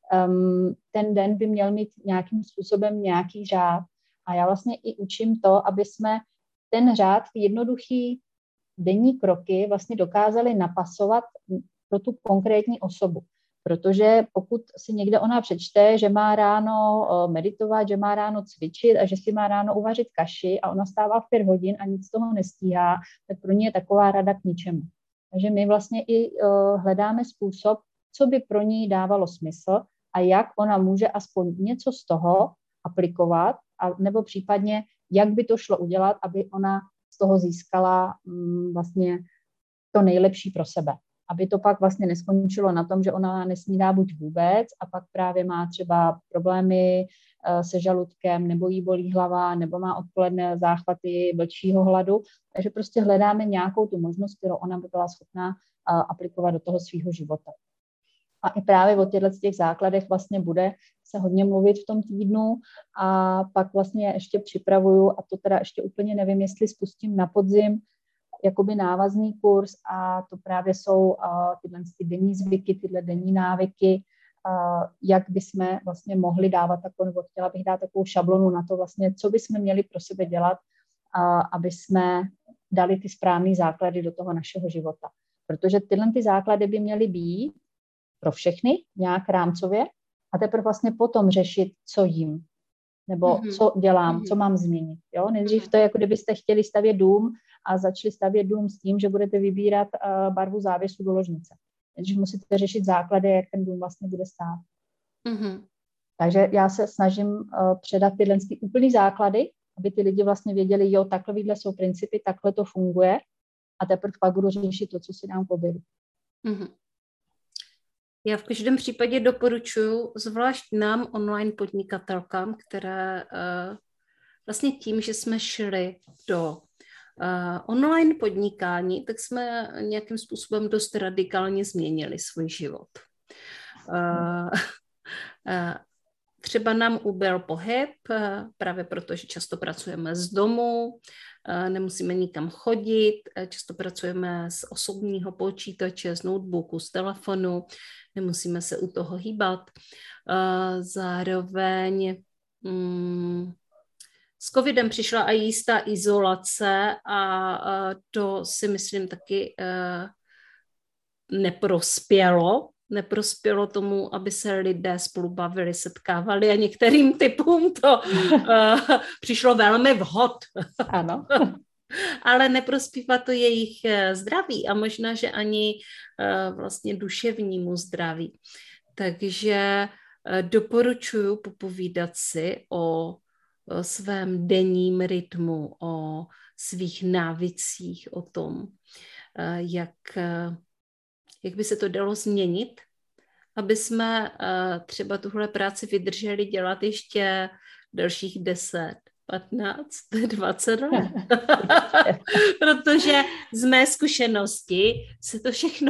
[SPEAKER 2] Ten den by měl mít nějakým způsobem nějaký řád. A já vlastně i učím to, aby jsme ten řád, ty jednoduchý denní kroky vlastně dokázali napasovat pro tu konkrétní osobu. Protože pokud si někde ona přečte, že má ráno meditovat, že má ráno cvičit a že si má ráno uvařit kaši a ona stává v 5 hodin a nic z toho nestíhá, tak pro ní je taková rada k ničemu. Takže my vlastně i hledáme způsob, co by pro ní dávalo smysl a jak ona může aspoň něco z toho aplikovat, nebo případně, jak by to šlo udělat, aby ona z toho získala vlastně to nejlepší pro sebe. Aby to pak vlastně neskončilo na tom, že ona nesnídá buď vůbec a pak právě má třeba problémy se žaludkem, nebo jí bolí hlava, nebo má odpoledne záchvaty vlčího hladu. Takže prostě hledáme nějakou tu možnost, kterou ona by byla schopná aplikovat do toho svého života. A i právě o těch základech vlastně bude se hodně mluvit v tom týdnu a pak vlastně ještě připravuju, a to teda ještě úplně nevím, jestli spustím na podzim, jakoby návazný kurz a to právě jsou tyhle denní zvyky, tyhle denní návyky, jak bychom vlastně mohli dávat takovou, nebo chtěla bych dát takovou šablonu na to vlastně, co bychom měli pro sebe dělat, aby jsme dali ty správné základy do toho našeho života. Protože tyhle ty základy by měly být pro všechny nějak rámcově a teprve vlastně potom řešit, co jim, nebo co dělám, co mám změnit. Jo? Nejdřív to je, jako kdybyste chtěli stavět dům a začali stavět dům s tím, že budete vybírat barvu závěsu do ložnice. Takže musíte řešit základy, jak ten dům vlastně bude stát. Takže já se snažím předat tyhle úplný základy, aby ty lidi vlastně věděli, jo, takovýhle jsou principy, takhle to funguje a teprve pak budu řešit to, co si dám po běhu.
[SPEAKER 1] Já v každém případě doporučuji, zvlášť nám online podnikatelkám, které vlastně tím, že jsme šli do online podnikání, tak jsme nějakým způsobem dost radikálně změnili svůj život. Třeba nám ubyl pohyb, právě protože často pracujeme z domu, nemusíme nikam chodit, často pracujeme z osobního počítače, z notebooku, z telefonu, nemusíme se u toho hýbat. Zároveň s covidem přišla i jistá izolace a to si myslím taky neprospělo tomu, aby se lidé spolu bavili, setkávali a některým typům to přišlo velmi vhod.
[SPEAKER 2] Ano.
[SPEAKER 1] Ale neprospívá to jejich zdraví a možná, že ani vlastně duševnímu zdraví. Takže doporučuji popovídat si o svém denním rytmu, o svých návicích, o tom, jak jak by se to dalo změnit, aby jsme třeba tuhle práci vydrželi dělat ještě dalších 10, 15, 20 let. Protože z mé zkušenosti se to všechno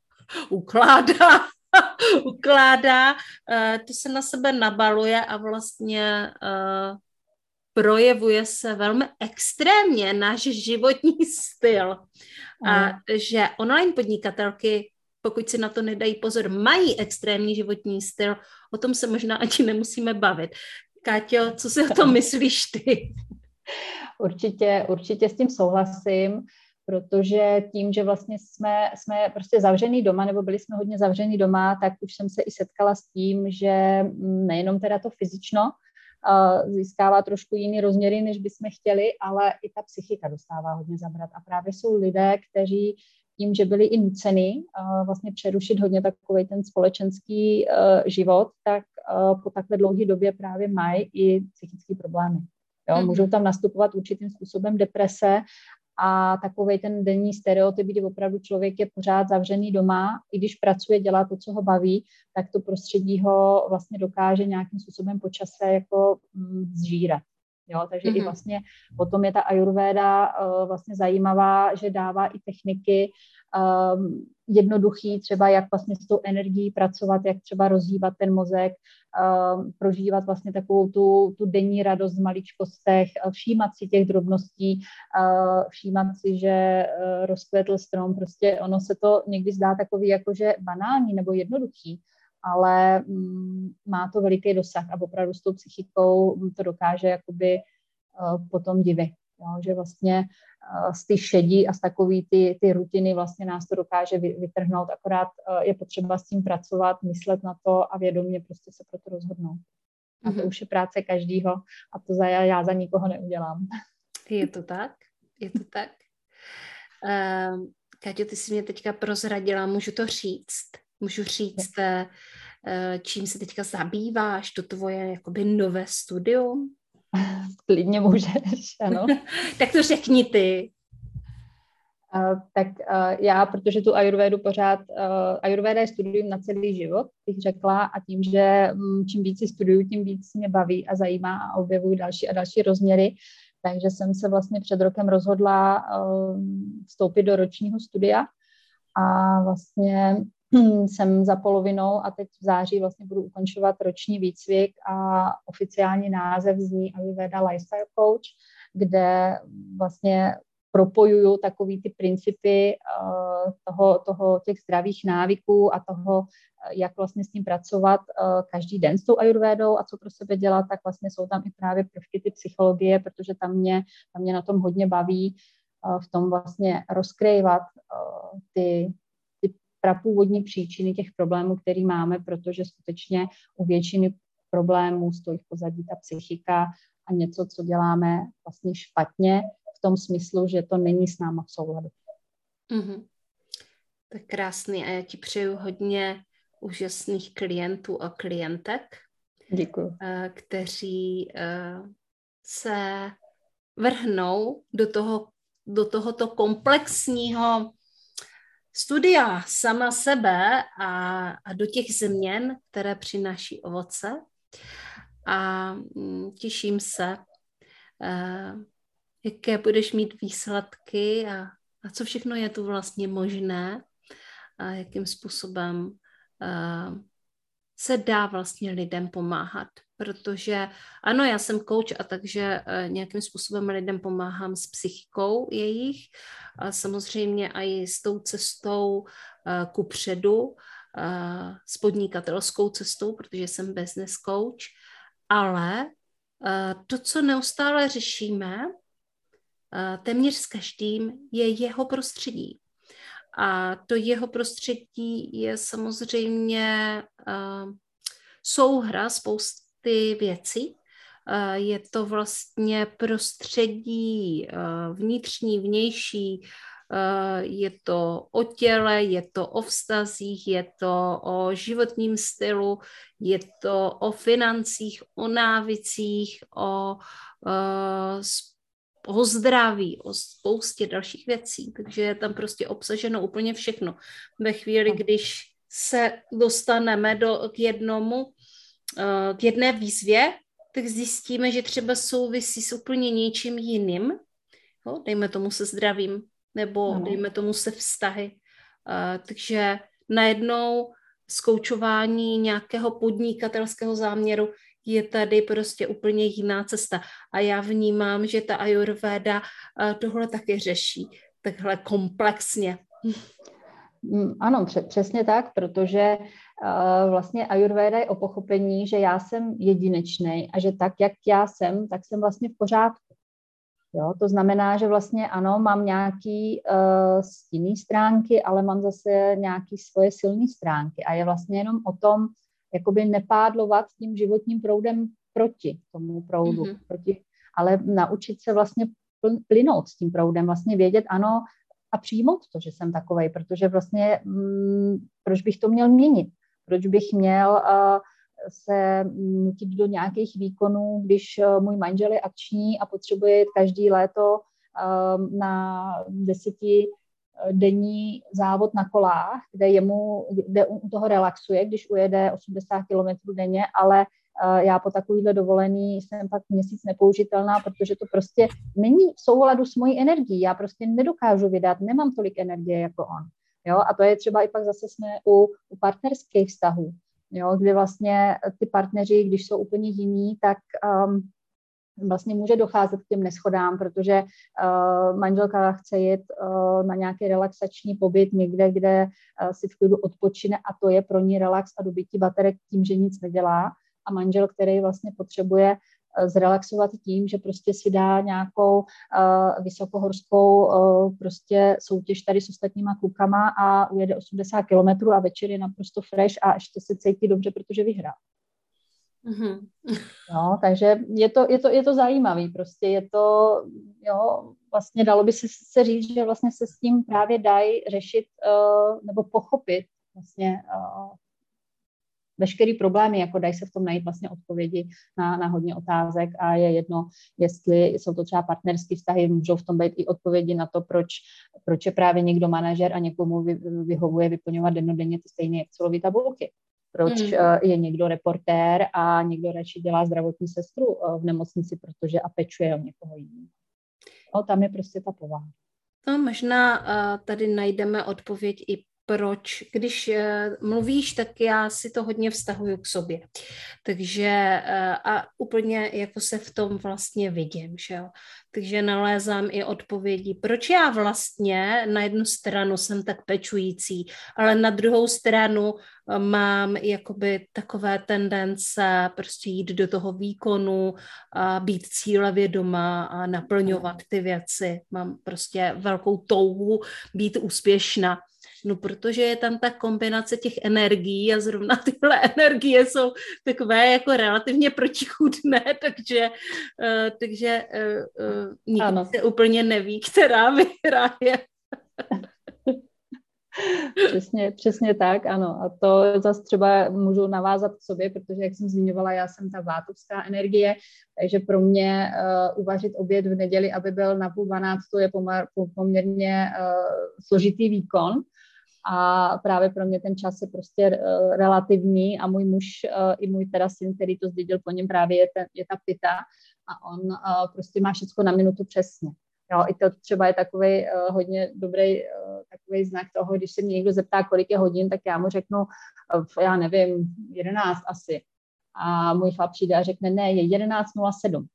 [SPEAKER 1] ukládá, to se na sebe nabaluje a vlastně projevuje se velmi extrémně náš životní styl. A že online podnikatelky, pokud si na to nedají pozor, mají extrémní životní styl, o tom se možná ani nemusíme bavit. Káťo, co si o tom myslíš ty?
[SPEAKER 2] Určitě s tím souhlasím, protože tím, že vlastně jsme prostě zavřený doma, nebo byli jsme hodně zavřený doma, tak už jsem se i setkala s tím, že nejenom teda to fyzično získává trošku jiný rozměry, než bychom chtěli, ale i ta psychika dostává hodně zabrat. A právě jsou lidé, kteří tím, že byli i nuceni vlastně přerušit hodně takovej ten společenský život, tak po takové dlouhé době právě mají i psychické problémy. Jo? Můžou tam nastupovat určitým způsobem deprese a takovej ten denní stereotyp, kdy opravdu člověk je pořád zavřený doma, i když pracuje, dělá to, co ho baví, tak to prostředí ho vlastně dokáže nějakým způsobem po čase jako zžírat. Jo, takže i vlastně potom je ta ajurvéda vlastně zajímavá, že dává i techniky jednoduchý, třeba jak vlastně s tou energií pracovat, jak třeba rozhýbat ten mozek, prožívat vlastně takovou tu denní radost v maličkostech, všímat si těch drobností, všímat si, že rozkvetl strom, prostě ono se to někdy zdá takový jakože banální nebo jednoduchý, ale má to veliký dosah a opravdu s tou psychikou to dokáže jakoby potom divit. Jo, že vlastně z ty šedí a z takový ty rutiny vlastně nás to dokáže vytrhnout, akorát je potřeba s tím pracovat, myslet na to a vědomě prostě se pro to rozhodnout. A to už je práce každýho a to já za nikoho neudělám.
[SPEAKER 1] Je to tak? Je to tak? Káťo, ty jsi mě teďka prozradila, můžu to říct? Můžu říct, čím se teďka zabýváš, to tvoje jakoby nové studium?
[SPEAKER 2] Klidně můžeš, ano.
[SPEAKER 1] Tak to řekni ty.
[SPEAKER 2] Tak já, protože tu ajurvédu pořád, ajurvéda je studium na celý život, bych řekla, a tím, že čím víc si studuju, tím víc mě baví a zajímá a objevuju další a další rozměry, takže jsem se vlastně před rokem rozhodla vstoupit do ročního studia a vlastně jsem za polovinou a teď v září vlastně budu ukončovat roční výcvik a oficiální název zní Ayurveda Lifestyle Coach, kde vlastně propojuju takový ty principy těch zdravých návyků a toho, jak vlastně s tím pracovat každý den s tou ajurvédou a co pro sebe dělat, tak vlastně jsou tam i právě prvky ty psychologie, protože tam mě na tom hodně baví v tom vlastně rozkrývat ty prapůvodní příčiny těch problémů, který máme, protože skutečně u většiny problémů stojí v pozadí ta psychika a něco, co děláme vlastně špatně, v tom smyslu, že to není s náma v souladu.
[SPEAKER 1] Tak krásný a já ti přeju hodně úžasných klientů a klientek.
[SPEAKER 2] Děkuji.
[SPEAKER 1] Kteří se vrhnou do tohoto komplexního studia sama sebe a do těch změn, které přináší ovoce. A těším se, jaké budeš mít výsledky a co všechno je tu vlastně možné a jakým způsobem se dá vlastně lidem pomáhat. Protože ano, já jsem coach a takže nějakým způsobem lidem pomáhám s psychikou jejich a samozřejmě i s tou cestou kupředu, s podnikatelskou cestou, protože jsem business coach, ale to, co neustále řešíme, téměř s každým, je jeho prostředí. A to jeho prostředí je samozřejmě souhra spousty věcí. Je to vlastně prostředí vnitřní, vnější, je to o těle, je to o vztazích, je to o životním stylu, je to o financích, o návicích, o o zdraví, o spoustě dalších věcí, takže je tam prostě obsaženo úplně všechno. Ve chvíli, když se dostaneme k jedné výzvě, tak zjistíme, že třeba souvisí s úplně něčím jiným, dejme tomu se zdravím, nebo dejme tomu se vztahy. Takže najednou zkoučování nějakého podnikatelského záměru je tady prostě úplně jiná cesta. A já vnímám, že ta Ayurveda tohle taky řeší, takhle komplexně.
[SPEAKER 2] Ano, přesně tak, protože vlastně Ayurveda je o pochopení, že já jsem jedinečný a že tak, jak já jsem, tak jsem vlastně v pořádku. Jo, to znamená, že vlastně ano, mám nějaký stinný stránky, ale mám zase nějaký svoje silné stránky a je vlastně jenom o tom, jakoby nepádlovat tím životním proudem proti tomu proudu, ale naučit se vlastně plynout s tím proudem, vlastně vědět ano a přijmout to, že jsem takovej, protože vlastně proč bych to měl měnit, proč bych měl se nutit do nějakých výkonů, když můj manžel je akční a potřebuje jít každý léto na 10denní závod na kolách, kde u toho relaxuje, když ujede 80 kilometrů denně, ale já po takovýhle dovolený jsem pak měsíc nepoužitelná, protože to prostě není v souladu s mojí energií. Já prostě nedokážu vydat, nemám tolik energie jako on. Jo? A to je třeba i pak zase jsme u partnerských vztahů. Jo, kdy vlastně ty partneři, když jsou úplně jiní, tak vlastně může docházet k těm neschodám, protože manželka chce jít na nějaký relaxační pobyt někde, kde si v klidu odpočine a to je pro ní relax a dobytí baterek tím, že nic nedělá. A manžel, který vlastně potřebuje zrelaxovat tím, že prostě si dá nějakou vysokohorskou prostě soutěž tady s ostatníma klukama a ujede 80 kilometrů a večer je naprosto fresh a ještě se cítí dobře, protože vyhrál.
[SPEAKER 1] Mm-hmm.
[SPEAKER 2] No, takže je to zajímavý, prostě je to, jo, vlastně dalo by se říct, že vlastně se s tím právě dají řešit nebo pochopit vlastně veškerý problémy, jako dají se v tom najít vlastně odpovědi na hodně otázek a je jedno, jestli jsou to třeba partnerské vztahy, můžou v tom být i odpovědi na to, proč je právě někdo manažer a někomu vyhovuje vyplňovat dennodenně ty stejné Excelové tabulky. Proč je někdo reportér a někdo radši dělá zdravotní sestru v nemocnici, protože a pečuje o někoho jiného. No, tam je prostě ta povaha.
[SPEAKER 1] No, možná tady najdeme odpověď i proč. Když mluvíš, tak já si to hodně vztahuju k sobě. Takže a úplně jako se v tom vlastně vidím, že jo. Takže nalézám i odpovědi, proč já vlastně na jednu stranu jsem tak pečující, ale na druhou stranu mám jakoby takové tendence prostě jít do toho výkonu a být cílevědomá a naplňovat ty věci. Mám prostě velkou touhu být úspěšná. No, protože je tam ta kombinace těch energií a zrovna tyhle energie jsou takové jako relativně protichůdné, takže nikdo se úplně neví, která vyhraje.
[SPEAKER 2] Přesně tak, ano. A to zase třeba můžu navázat k sobě, protože, jak jsem zmiňovala, já jsem ta vátovská energie, takže pro mě uvařit oběd v neděli, aby byl na 11:30, je poměrně složitý výkon. A právě pro mě ten čas je prostě relativní a můj muž i můj teda syn, který to zdědil po něm, právě je ta pita a on prostě má všechno na minutu přesně. Jo, i to třeba je takový hodně dobrý takový znak toho, když se mě někdo zeptá, kolik je hodin, tak já mu řeknu, já nevím, 11 asi. A můj chlap přijde a řekne, ne, je 11:07.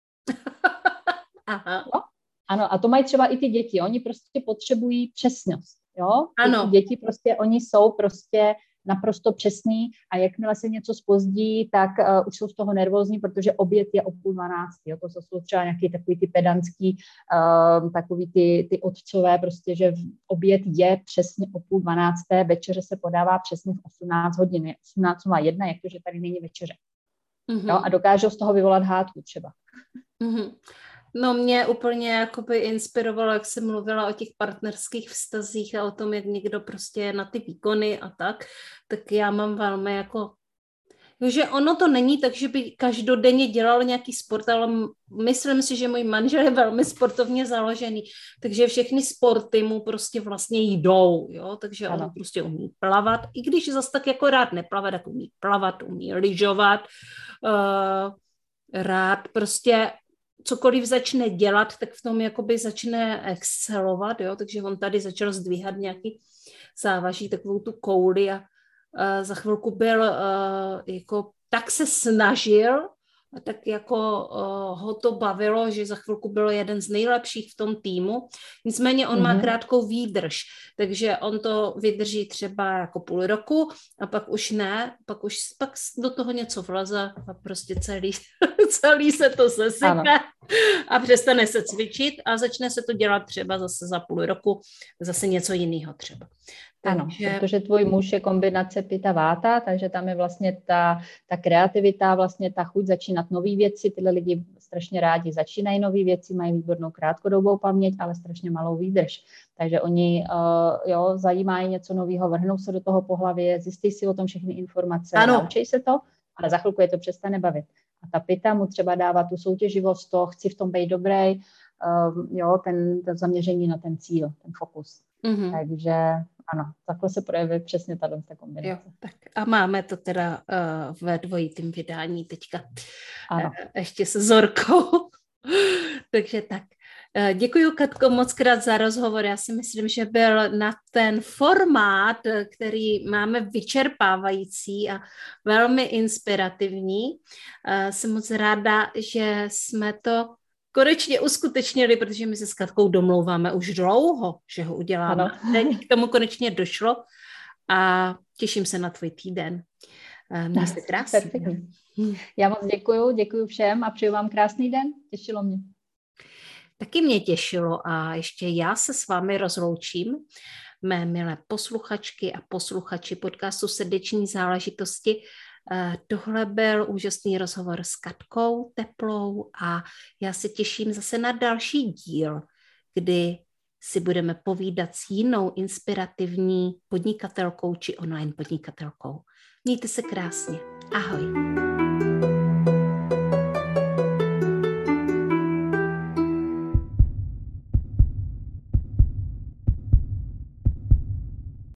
[SPEAKER 1] Aha.
[SPEAKER 2] No? Ano, a to mají třeba i ty děti, oni prostě potřebují přesnost. Jo?
[SPEAKER 1] Ano.
[SPEAKER 2] Ty děti prostě, oni jsou prostě naprosto přesný a jakmile se něco zpozdí, tak už jsou z toho nervózní, protože oběd je o 11:30. Jo? To jsou třeba nějaký takový ty pedantský, takový ty otcové, prostě, že oběd je přesně o 11:30, večeře se podává přesně v 18 hodin, je 18:01, jak to, že tady není večeře. Mm-hmm. Jo? A dokážou z toho vyvolat hádku třeba.
[SPEAKER 1] Mm-hmm. No, mě úplně jakoby inspirovalo, jak jsem mluvila o těch partnerských vztazích a o tom, jak někdo prostě je na ty výkony a tak já mám velmi jako, že ono to není tak, že by každodenně dělal nějaký sport, ale myslím si, že můj manžel je velmi sportovně založený, takže všechny sporty mu prostě vlastně jdou, jo, takže on prostě umí plavat, i když zase tak jako rád neplavá, tak umí plavat, umí lyžovat, rád prostě cokoliv začne dělat, tak v tom jakoby začne excelovat, jo, takže on tady začal zdvíhat nějaký závaží, takovou tu kouli a za chvilku byl jako, tak se snažil a tak jako ho to bavilo, že za chvilku byl jeden z nejlepších v tom týmu. Nicméně on má krátkou výdrž, takže on to vydrží třeba jako půl roku a pak už ne, pak do toho něco vleze a prostě celý se to sesype a přestane se cvičit a začne se to dělat třeba zase za půl roku, zase něco jiného třeba.
[SPEAKER 2] Ano, protože tvůj muž je kombinace Pita Váta, takže tam je vlastně ta kreativita, vlastně ta chuť začínat nové věci. Tyhle lidi strašně rádi začínají nové věci, mají výbornou krátkodobou paměť, ale strašně malou výdrž. Takže oni zajímají něco nového, vrhnou se do toho po hlavě, zjistí si o tom všechny informace, naučí se to, ale za chvilku je to přestane bavit. A ta Pita mu třeba dává tu soutěživost, to chci v tom být dobrý, to zaměření na ten cíl, ten fokus. Takže ano, takhle se projevuje přesně ta kombinace.
[SPEAKER 1] Jo, tak a máme to teda ve dvojitým vydání teďka.
[SPEAKER 2] Ano.
[SPEAKER 1] Ještě se Zorkou. Takže tak. Děkuji, Katko, moc krát za rozhovor. Já si myslím, že byl na ten formát, který máme vyčerpávající a velmi inspirativní. Jsem moc ráda, že jsme to konečně uskutečnili, protože my se s Katkou domlouváme už dlouho, že ho uděláme. Teď k tomu konečně došlo a těším se na tvůj týden. Měj se krásně.
[SPEAKER 2] Já moc děkuju všem a přeju vám krásný den. Těšilo mě.
[SPEAKER 1] Taky mě těšilo a ještě já se s vámi rozloučím. Mé milé posluchačky a posluchači podcastu Srdeční záležitosti. Tohle byl úžasný rozhovor s Katkou Teplou a já se těším zase na další díl, kdy si budeme povídat s jinou inspirativní podnikatelkou či online podnikatelkou. Mějte se krásně. Ahoj.